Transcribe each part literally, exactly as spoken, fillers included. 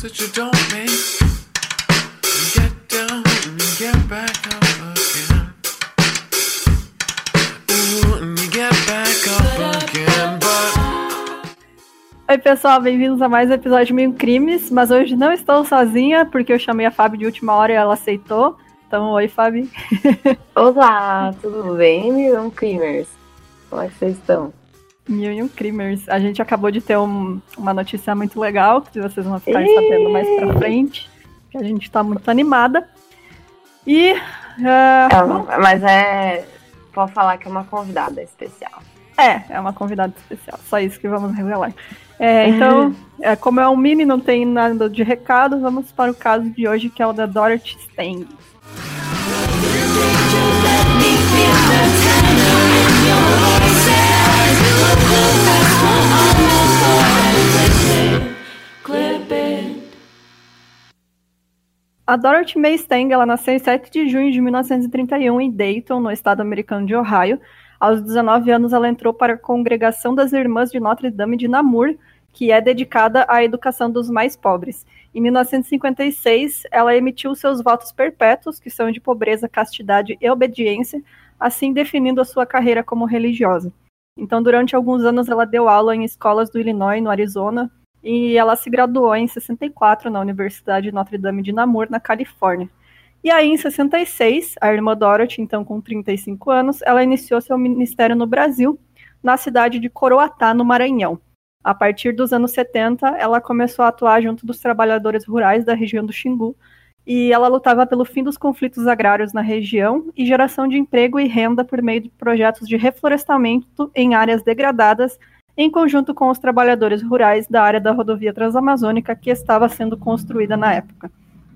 that you don't make. You get down and you get back up again. Ooh, and you get back up again, but... Oi pessoal, bem-vindos a mais um episódio de Mil Crimes, mas hoje não estou sozinha, porque eu chamei a Fábio de última hora e ela aceitou. Então, oi Fábio. Olá, tudo bem, Mil Crimers? Como é que vocês estão? Mil e um Crimers. A gente acabou de ter um, uma notícia muito legal, que vocês vão ficar sabendo mais pra frente, que a gente tá muito animada. E... Uh, é, mas é... Pode falar que é uma convidada especial. É, é uma convidada especial, só isso que vamos revelar. É, então, é, como é um mini, não tem nada de recado, vamos para o caso de hoje, que é o da Dorothy Stang. A Dorothy Mae Stang, ela nasceu em sete de junho de mil novecentos e trinta e um em Dayton, no estado americano de Ohio. Aos dezenove anos, ela entrou para a Congregação das Irmãs de Notre Dame de Namur, que é dedicada à educação dos mais pobres. Em mil novecentos e cinquenta e seis, ela emitiu seus votos perpétuos, que são de pobreza, castidade e obediência, assim definindo a sua carreira como religiosa. Então, durante alguns anos, ela deu aula em escolas do Illinois, no Arizona, e ela se graduou em sessenta e quatro na Universidade Notre Dame de Namur, na Califórnia. E aí, em sessenta e seis, a irmã Dorothy, então com trinta e cinco anos, ela iniciou seu ministério no Brasil, na cidade de Coroatá, no Maranhão. A partir dos anos setenta, ela começou a atuar junto dos trabalhadores rurais da região do Xingu, e ela lutava pelo fim dos conflitos agrários na região e geração de emprego e renda por meio de projetos de reflorestamento em áreas degradadas, em conjunto com os trabalhadores rurais da área da rodovia transamazônica que estava sendo construída na época.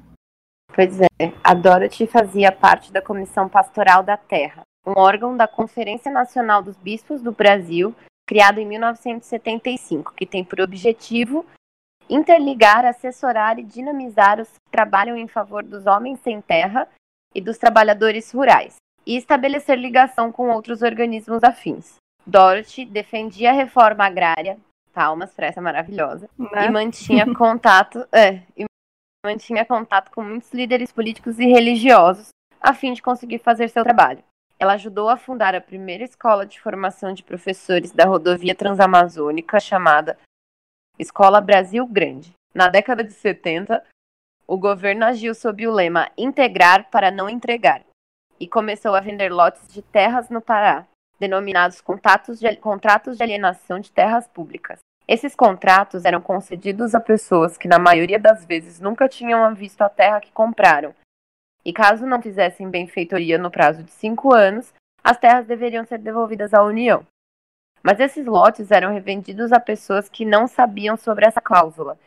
Pois é, a Dorothy fazia parte da Comissão Pastoral da Terra, um órgão da Conferência Nacional dos Bispos do Brasil, criado em mil novecentos e setenta e cinco, que tem por objetivo interligar, assessorar e dinamizar os que trabalham em favor dos homens sem terra e dos trabalhadores rurais, e estabelecer ligação com outros organismos afins. Dorothy defendia a reforma agrária, palmas para essa maravilhosa, né? e mantinha contato, é, e mantinha contato com muitos líderes políticos e religiosos, a fim de conseguir fazer seu trabalho. Ela ajudou a fundar a primeira escola de formação de professores da rodovia transamazônica, chamada Escola Brasil Grande. Na década de setenta, o governo agiu sob o lema "integrar para não entregar", e começou a vender lotes de terras no Pará, denominados contratos de, contratos de alienação de terras públicas. Esses contratos eram concedidos a pessoas que, na maioria das vezes, nunca tinham visto a terra que compraram. E caso não fizessem benfeitoria no prazo de cinco anos, as terras deveriam ser devolvidas à União. Mas esses lotes eram revendidos a pessoas que não sabiam sobre essa cláusula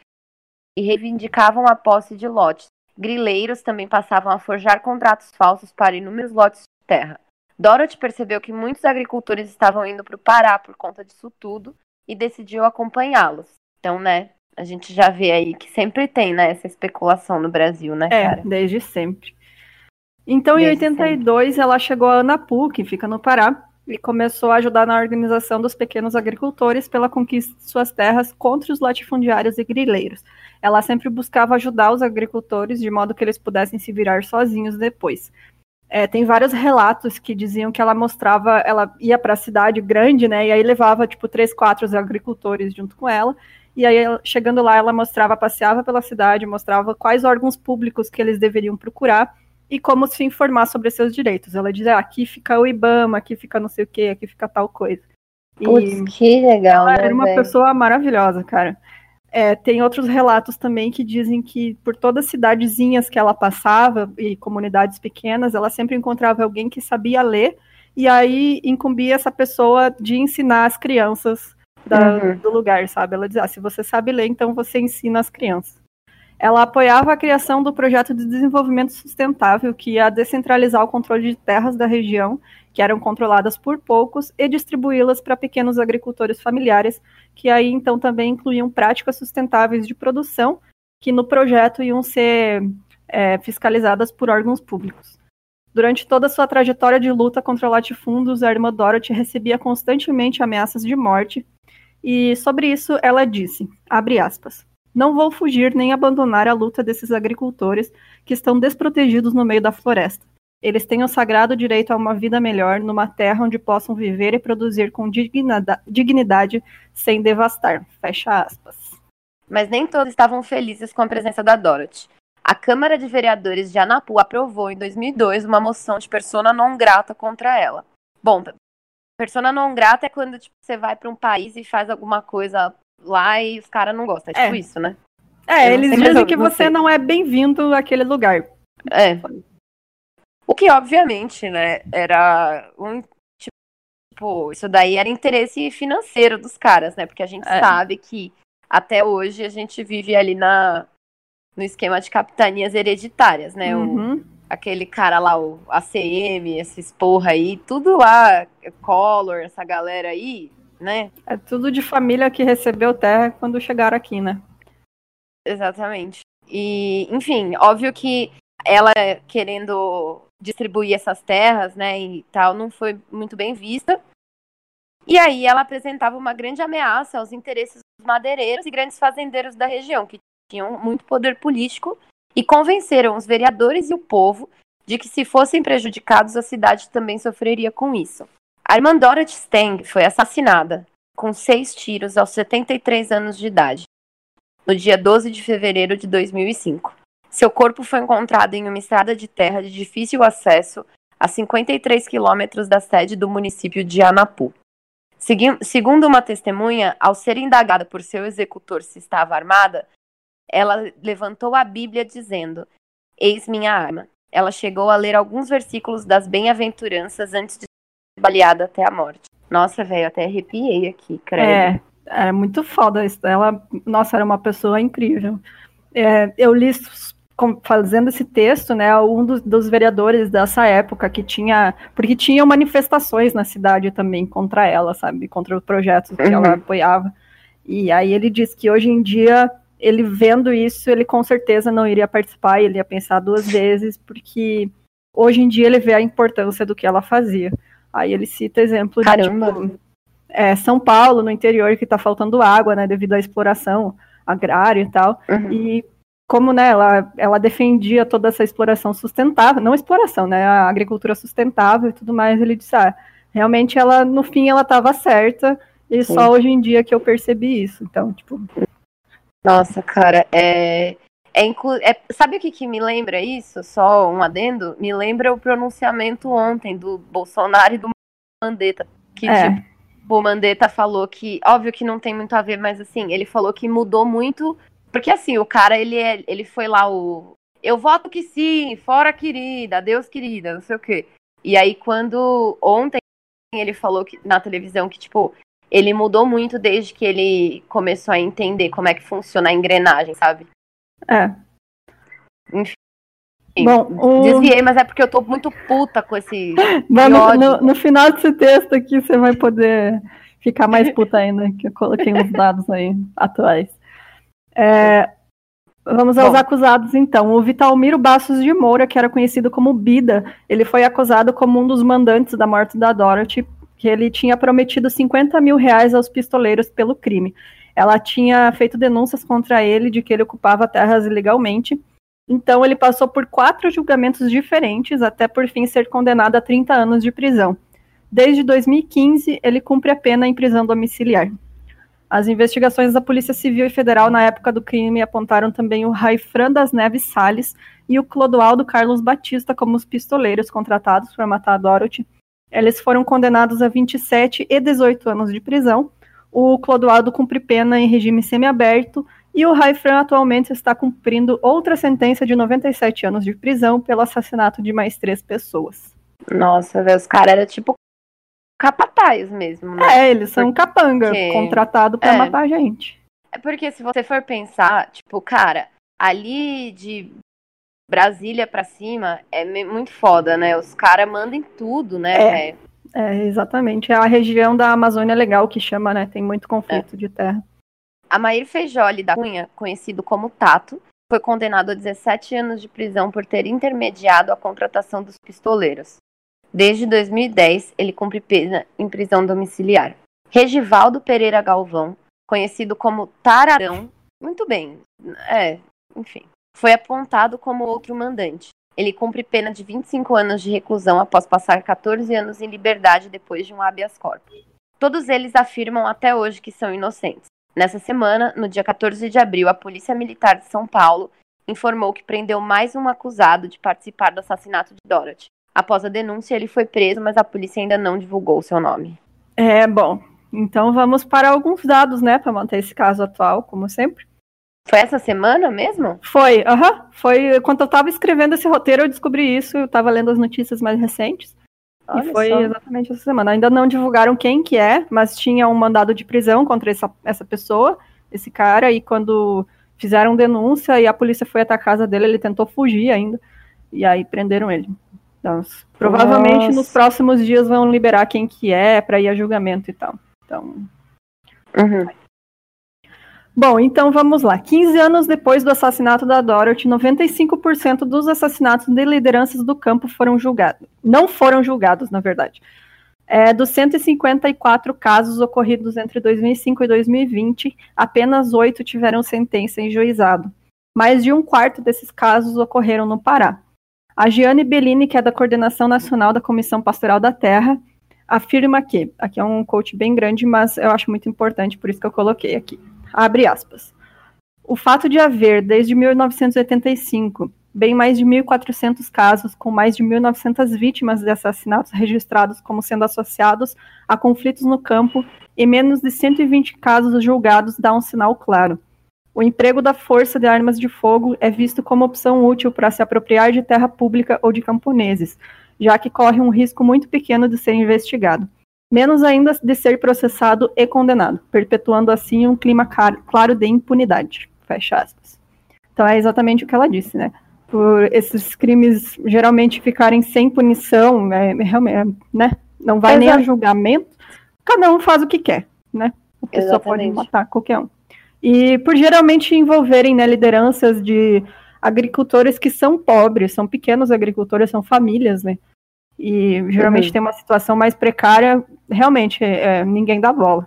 e reivindicavam a posse de lotes. Grileiros também passavam a forjar contratos falsos para inúmeros lotes de terra. Dorothy percebeu que muitos agricultores estavam indo para o Pará por conta disso tudo e decidiu acompanhá-los. Então, né, a gente já vê aí que sempre tem, né, essa especulação no Brasil, né, cara? É, desde sempre. Então, desde em oitenta e dois, sempre. Ela chegou a Anapu, que fica no Pará, e começou a ajudar na organização dos pequenos agricultores pela conquista de suas terras contra os latifundiários e grileiros. Ela sempre buscava ajudar os agricultores de modo que eles pudessem se virar sozinhos depois. É, tem vários relatos que diziam que ela mostrava, ela ia para a cidade grande, né, e aí levava, tipo, três, quatro agricultores junto com ela, e aí, chegando lá, ela mostrava, passeava pela cidade, mostrava quais órgãos públicos que eles deveriam procurar e como se informar sobre seus direitos. Ela dizia, ah, aqui fica o IBAMA, aqui fica não sei o quê, aqui fica tal coisa. Putz, que legal, ela né, era uma véio? pessoa maravilhosa, cara. É, tem outros relatos também que dizem que por todas as cidadezinhas que ela passava e comunidades pequenas, ela sempre encontrava alguém que sabia ler e aí incumbia essa pessoa de ensinar as crianças da, uhum. do lugar, sabe? Ela dizia, ah, se você sabe ler, então você ensina as crianças. Ela apoiava a criação do projeto de desenvolvimento sustentável que ia descentralizar o controle de terras da região, que eram controladas por poucos, e distribuí-las para pequenos agricultores familiares, que aí então também incluíam práticas sustentáveis de produção, que no projeto iam ser é, fiscalizadas por órgãos públicos. Durante toda a sua trajetória de luta contra latifúndios, a irmã Dorothy recebia constantemente ameaças de morte, e sobre isso ela disse, abre aspas, Não vou fugir nem abandonar a luta desses agricultores que estão desprotegidos no meio da floresta. Eles têm o sagrado direito a uma vida melhor, numa terra onde possam viver e produzir com dignidade, dignidade sem devastar. Fecha aspas. Mas nem todos estavam felizes com a presença da Dorothy. A Câmara de Vereadores de Anapu aprovou em dois mil e dois uma moção de persona non grata contra ela. Bom, persona non grata é quando tipo, você vai para um país e faz alguma coisa lá e os caras não gostam. É tipo É. isso, né? É, Eu não eles sei, mas dizem eu que não você sei. não é bem-vindo àquele lugar. É. O que, obviamente, né, era um. Tipo, isso daí era interesse financeiro dos caras, né? Porque a gente É. sabe que até hoje a gente vive ali na, no esquema de capitanias hereditárias, né? O, Uhum. aquele cara lá, o A C M, esses porra aí, tudo lá, Collor, essa galera aí, né? É tudo de família que recebeu terra quando chegaram aqui, né? Exatamente. E, enfim, óbvio que ela querendo distribuir essas terras, né, e tal, não foi muito bem vista. E aí ela apresentava uma grande ameaça aos interesses dos madeireiros e grandes fazendeiros da região, que tinham muito poder político e convenceram os vereadores e o povo de que se fossem prejudicados, a cidade também sofreria com isso. A irmã Dorothy Stang foi assassinada com seis tiros aos setenta e três anos de idade, no dia doze de fevereiro de dois mil e cinco. Seu corpo foi encontrado em uma estrada de terra de difícil acesso a cinquenta e três quilômetros da sede do município de Anapu. Segui- Segundo uma testemunha, ao ser indagada por seu executor se estava armada, ela levantou a Bíblia dizendo: "Eis minha arma." Ela chegou a ler alguns versículos das bem-aventuranças antes de ser baleada até a morte. Nossa, velho, até arrepiei aqui, credo. É, é muito foda isso. Ela, nossa, era uma pessoa incrível. É, eu li com- fazendo esse texto, né, um dos, dos vereadores dessa época que tinha, porque tinham manifestações na cidade também contra ela, sabe, contra os projetos que Uhum. ela apoiava. E aí ele disse que hoje em dia, ele vendo isso, ele com certeza não iria participar, ele ia pensar duas vezes, porque hoje em dia ele vê a importância do que ela fazia. Aí ele cita exemplo de, Caramba. tipo, é, São Paulo, no interior, que está faltando água, né, devido à exploração agrária e tal, Uhum. e como, né, ela, ela defendia toda essa exploração sustentável, não exploração, né, a agricultura sustentável e tudo mais, ele disse, ah, realmente ela, no fim, ela estava certa, e Sim. só hoje em dia que eu percebi isso, então, tipo... Nossa, cara, é... é, inclu... é... Sabe o que, que me lembra isso? Só um adendo? Me lembra o pronunciamento ontem do Bolsonaro e do Mandetta, que, É. tipo, o Mandetta falou que, óbvio que não tem muito a ver, mas assim, ele falou que mudou muito, porque assim, o cara, ele, é, ele foi lá o, eu voto que sim, fora querida, adeus querida, não sei o quê. E aí quando, ontem, ele falou que, na televisão que, tipo, ele mudou muito desde que ele começou a entender como é que funciona a engrenagem, sabe? É. Enfim, Bom, o... desviei, mas é porque eu tô muito puta com esse Bom, no, ódio. no, no final desse texto aqui, você vai poder ficar mais puta ainda, que eu coloquei uns dados aí atuais. É, vamos aos Bom. acusados, então. O Vitalmiro Bassos de Moura, que era conhecido como Bida, ele foi acusado como um dos mandantes da morte da Dorothy, que ele tinha prometido cinquenta mil reais aos pistoleiros pelo crime. Ela tinha feito denúncias contra ele de que ele ocupava terras ilegalmente. Então, ele passou por quatro julgamentos diferentes, até por fim ser condenado a trinta anos de prisão. Desde dois mil e quinze, ele cumpre a pena em prisão domiciliar. As investigações da Polícia Civil e Federal na época do crime apontaram também o Raifran das Neves Salles e o Clodoaldo Carlos Batista como os pistoleiros contratados para matar a Dorothy. Eles foram condenados a vinte e sete e dezoito anos de prisão. O Clodoaldo cumpre pena em regime semiaberto e o Raifran atualmente está cumprindo outra sentença de noventa e sete anos de prisão pelo assassinato de mais três pessoas. Nossa, velho, os caras eram tipo capataz mesmo, né? É, eles são capanga, Porque- contratado pra é. matar a gente. É porque se você for pensar, tipo, cara, ali de Brasília pra cima é me- muito foda, né? Os caras mandam em tudo, né, É. velho? É, exatamente. É a região da Amazônia Legal que chama, né? Tem muito conflito de terra. Amair Feijoli da Cunha, conhecido como Tato, foi condenado a dezessete anos de prisão por ter intermediado a contratação dos pistoleiros. Desde dois mil e dez, ele cumpre pena em prisão domiciliar. Regivaldo Pereira Galvão, conhecido como Tararão, Muito bem. É, enfim. Foi apontado como outro mandante. Ele cumpre pena de vinte e cinco anos de reclusão após passar catorze anos em liberdade depois de um habeas corpus. Todos eles afirmam até hoje que são inocentes. Nessa semana, no dia quatorze de abril, a Polícia Militar de São Paulo informou que prendeu mais um acusado de participar do assassinato de Dorothy. Após a denúncia, ele foi preso, mas a polícia ainda não divulgou o seu nome. É, bom, então vamos para alguns dados, né, para manter esse caso atual, como sempre. Foi essa semana mesmo? Foi, aham, uh-huh, foi, quando eu estava escrevendo esse roteiro eu descobri isso, eu estava lendo as notícias mais recentes, Olha e foi só. Exatamente essa semana. Ainda não divulgaram quem que é, mas tinha um mandado de prisão contra essa, essa pessoa, esse cara, e quando fizeram denúncia e a polícia foi até a casa dele, ele tentou fugir ainda, e aí prenderam ele. Então, provavelmente Nossa. Nos próximos dias vão liberar quem que é para ir a julgamento e tal. Então. Uhum. Bom, então vamos lá. quinze anos depois do assassinato da Dorothy, noventa e cinco por cento dos assassinatos de lideranças do campo foram julgados. Não foram julgados, na verdade. É, dos cento e cinquenta e quatro casos ocorridos entre dois mil e cinco e dois mil e vinte, apenas oito tiveram sentença em juizado. Mais de um quarto desses casos ocorreram no Pará. A Giane Bellini, que é da Coordenação Nacional da Comissão Pastoral da Terra, afirma que, aqui é um quote bem grande, mas eu acho muito importante, por isso que eu coloquei aqui, abre aspas. O fato de haver, desde mil novecentos e oitenta e cinco, bem mais de mil e quatrocentos casos, com mais de mil e novecentas vítimas de assassinatos registrados como sendo associados a conflitos no campo e menos de cento e vinte casos julgados, dá um sinal claro. O emprego da força de armas de fogo é visto como opção útil para se apropriar de terra pública ou de camponeses, já que corre um risco muito pequeno de ser investigado, menos ainda de ser processado e condenado, perpetuando assim um clima claro de impunidade. Fecha aspas. Então é exatamente o que ela disse, né? Por esses crimes geralmente ficarem sem punição, é, realmente, né? Não vai Exato. Nem a julgamento, cada um faz o que quer, né? A pessoa exatamente. Pode matar qualquer um. E por geralmente envolverem, né, lideranças de agricultores que são pobres, são pequenos agricultores, são famílias, né? E geralmente uhum. tem uma situação mais precária, realmente é, ninguém dá bola.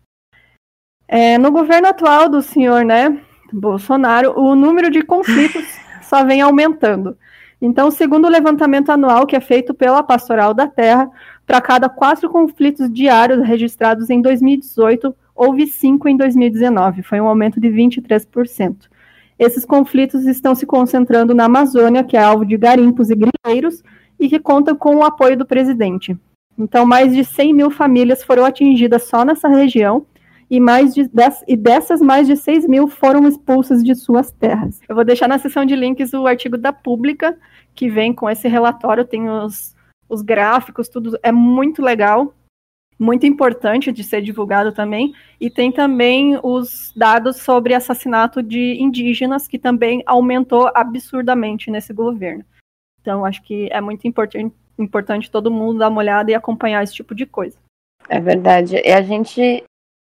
É, no governo atual do senhor, né, Bolsonaro, o número de conflitos só vem aumentando. Então, segundo o levantamento anual que é feito pela Pastoral da Terra, para cada quatro conflitos diários registrados em dois mil e dezoito, houve cinco em dois mil e dezenove, foi um aumento de vinte e três por cento. Esses conflitos estão se concentrando na Amazônia, que é alvo de garimpos e grileiros, e que conta com o apoio do presidente. Então, mais de cem mil famílias foram atingidas só nessa região, e, mais de dez, e dessas, mais de seis mil foram expulsas de suas terras. Eu vou deixar na seção de links o artigo da Pública, que vem com esse relatório, tem os, os gráficos, tudo, é muito legal, muito importante de ser divulgado também, e tem também os dados sobre assassinato de indígenas, que também aumentou absurdamente nesse governo. Então, acho que é muito importante, importante todo mundo dar uma olhada e acompanhar esse tipo de coisa. É verdade. E a gente,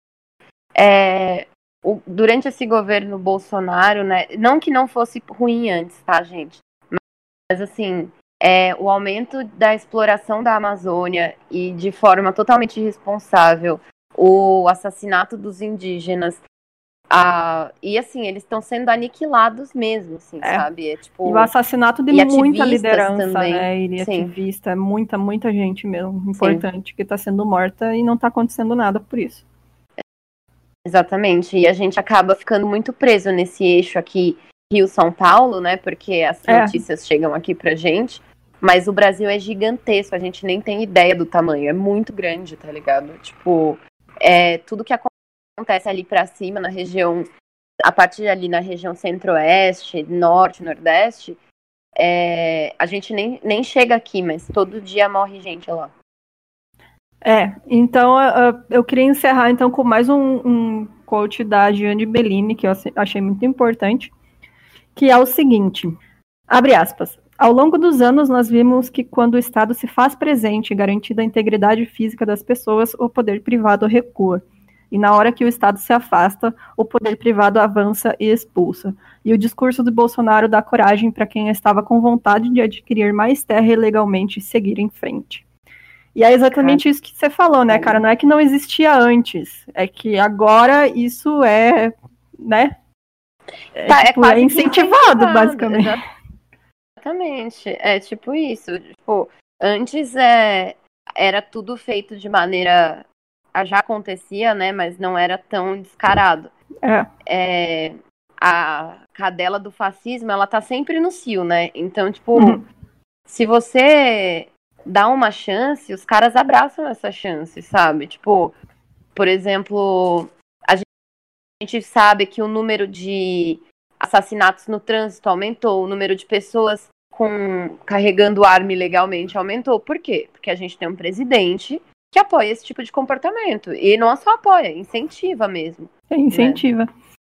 é, o, durante esse governo Bolsonaro, né, não que não fosse ruim antes, tá, gente? Mas, mas assim, é, o aumento da exploração da Amazônia e de forma totalmente irresponsável, o assassinato dos indígenas, Ah, e assim, eles estão sendo aniquilados mesmo, assim, é. sabe? É, tipo, e o assassinato de muita liderança, também. Né? E Sim. ativista, muita, muita gente mesmo, importante, Sim. que está sendo morta e não está acontecendo nada por isso. Exatamente, e a gente acaba ficando muito preso nesse eixo aqui, Rio-São Paulo, né? Porque as notícias é. chegam aqui pra gente, mas o Brasil é gigantesco, a gente nem tem ideia do tamanho, é muito grande, tá ligado? Tipo, é, tudo que acontece acontece ali para cima, na região, a partir ali na região centro-oeste, norte, nordeste, é, a gente nem, nem chega aqui, mas todo dia morre gente lá. É, então uh, eu queria encerrar então com mais um, um quote da Giane Bellini, que eu achei muito importante, que é o seguinte, abre aspas, ao longo dos anos nós vimos que quando o Estado se faz presente, garantida a integridade física das pessoas, o poder privado recua. E na hora que o Estado se afasta, o poder privado avança e expulsa. E o discurso do Bolsonaro dá coragem para quem estava com vontade de adquirir mais terra ilegalmente e seguir em frente. E é exatamente isso que você falou, né, cara? Não é que não existia antes, é que agora isso é, né, É, Tá, é tipo, quase é que incentivado, incentivado, basicamente. Exatamente. É tipo isso. Tipo, antes é, era tudo feito de maneira. ah, Já acontecia, né? Mas não era tão descarado. É. É, a cadela do fascismo, ela tá sempre no cio, né? Então, tipo, Uhum. se você dá uma chance, os caras abraçam essa chance, sabe? Tipo, por exemplo, a gente sabe que o número de assassinatos no trânsito aumentou, o número de pessoas com carregando arma ilegalmente aumentou. Por quê? Porque a gente tem um presidente que apoia esse tipo de comportamento. E não só apoia, incentiva mesmo. É, incentiva.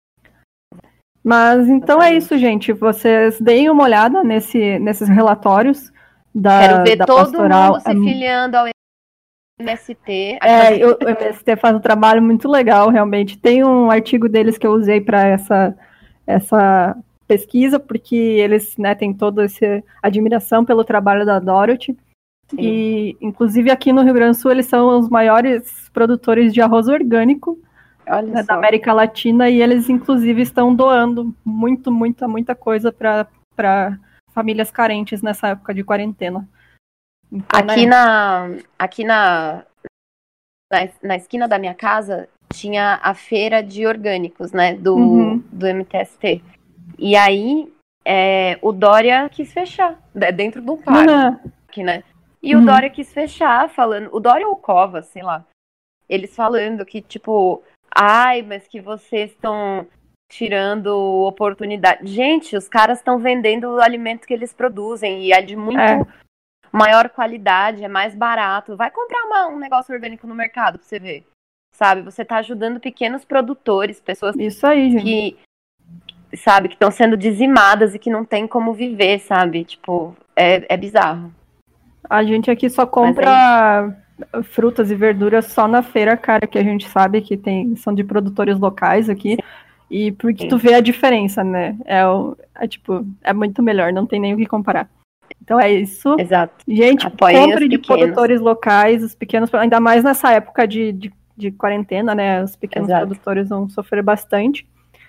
Mas então é isso, gente. Vocês deem uma olhada nesse, nesses relatórios da, Quero ver da todo pastoral. mundo se filiando ao M S T. É, eu, o M S T faz um trabalho muito legal, realmente. Tem um artigo deles que eu usei para essa, essa pesquisa, porque eles, né, têm toda essa admiração pelo trabalho da Dorothy. Sim. E, inclusive, aqui no Rio Grande do Sul, eles são os maiores produtores de arroz orgânico, Olha né, só. da América Latina, e eles, inclusive, estão doando muito, muita, muita coisa para famílias carentes nessa época de quarentena. Então, Aqui, né, na, aqui na, na, na esquina da minha casa tinha a feira de orgânicos, né, do, Uhum. do M T S T. E aí é, o Dória quis fechar, né, dentro do parque, Uhum. né? E o Uhum. Dória quis fechar, falando... O Dória ou o Covas, sei lá. Eles falando que, tipo... Ai, mas que vocês estão tirando oportunidade. Gente, os caras estão vendendo o alimento que eles produzem. E é de muito... É. maior qualidade, é mais barato. Vai comprar uma, um negócio orgânico no mercado pra você ver. Sabe? Você tá ajudando pequenos produtores, pessoas Isso aí, gente. que, sabe, que estão sendo dizimadas e que não tem como viver, sabe? Tipo, é, é bizarro. A gente aqui só compra frutas e verduras só na feira, cara, que a gente sabe que tem, são de produtores locais aqui. Sim. E porque Sim. tu vê a diferença, né? É, o, é tipo, é muito melhor, não tem nem o que comparar. Então é isso. Exato. Gente, Apoiem compre de produtores locais, os pequenos, ainda mais nessa época de, de, de quarentena, né? Os pequenos Exato. produtores vão sofrer bastante.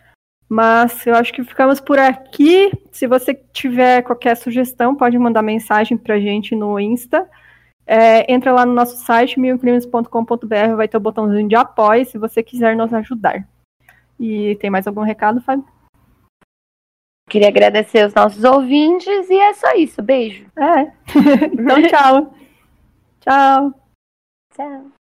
Mas eu acho que ficamos por aqui. Se você tiver qualquer sugestão, pode mandar mensagem pra gente no Insta. É, entra lá no nosso site, mil crimes ponto com ponto b r, vai ter o botãozinho de apoio se você quiser nos ajudar. E tem mais algum recado, Fábio? Queria agradecer aos nossos ouvintes e é só isso. Beijo. É. Então, tchau. Tchau. Tchau.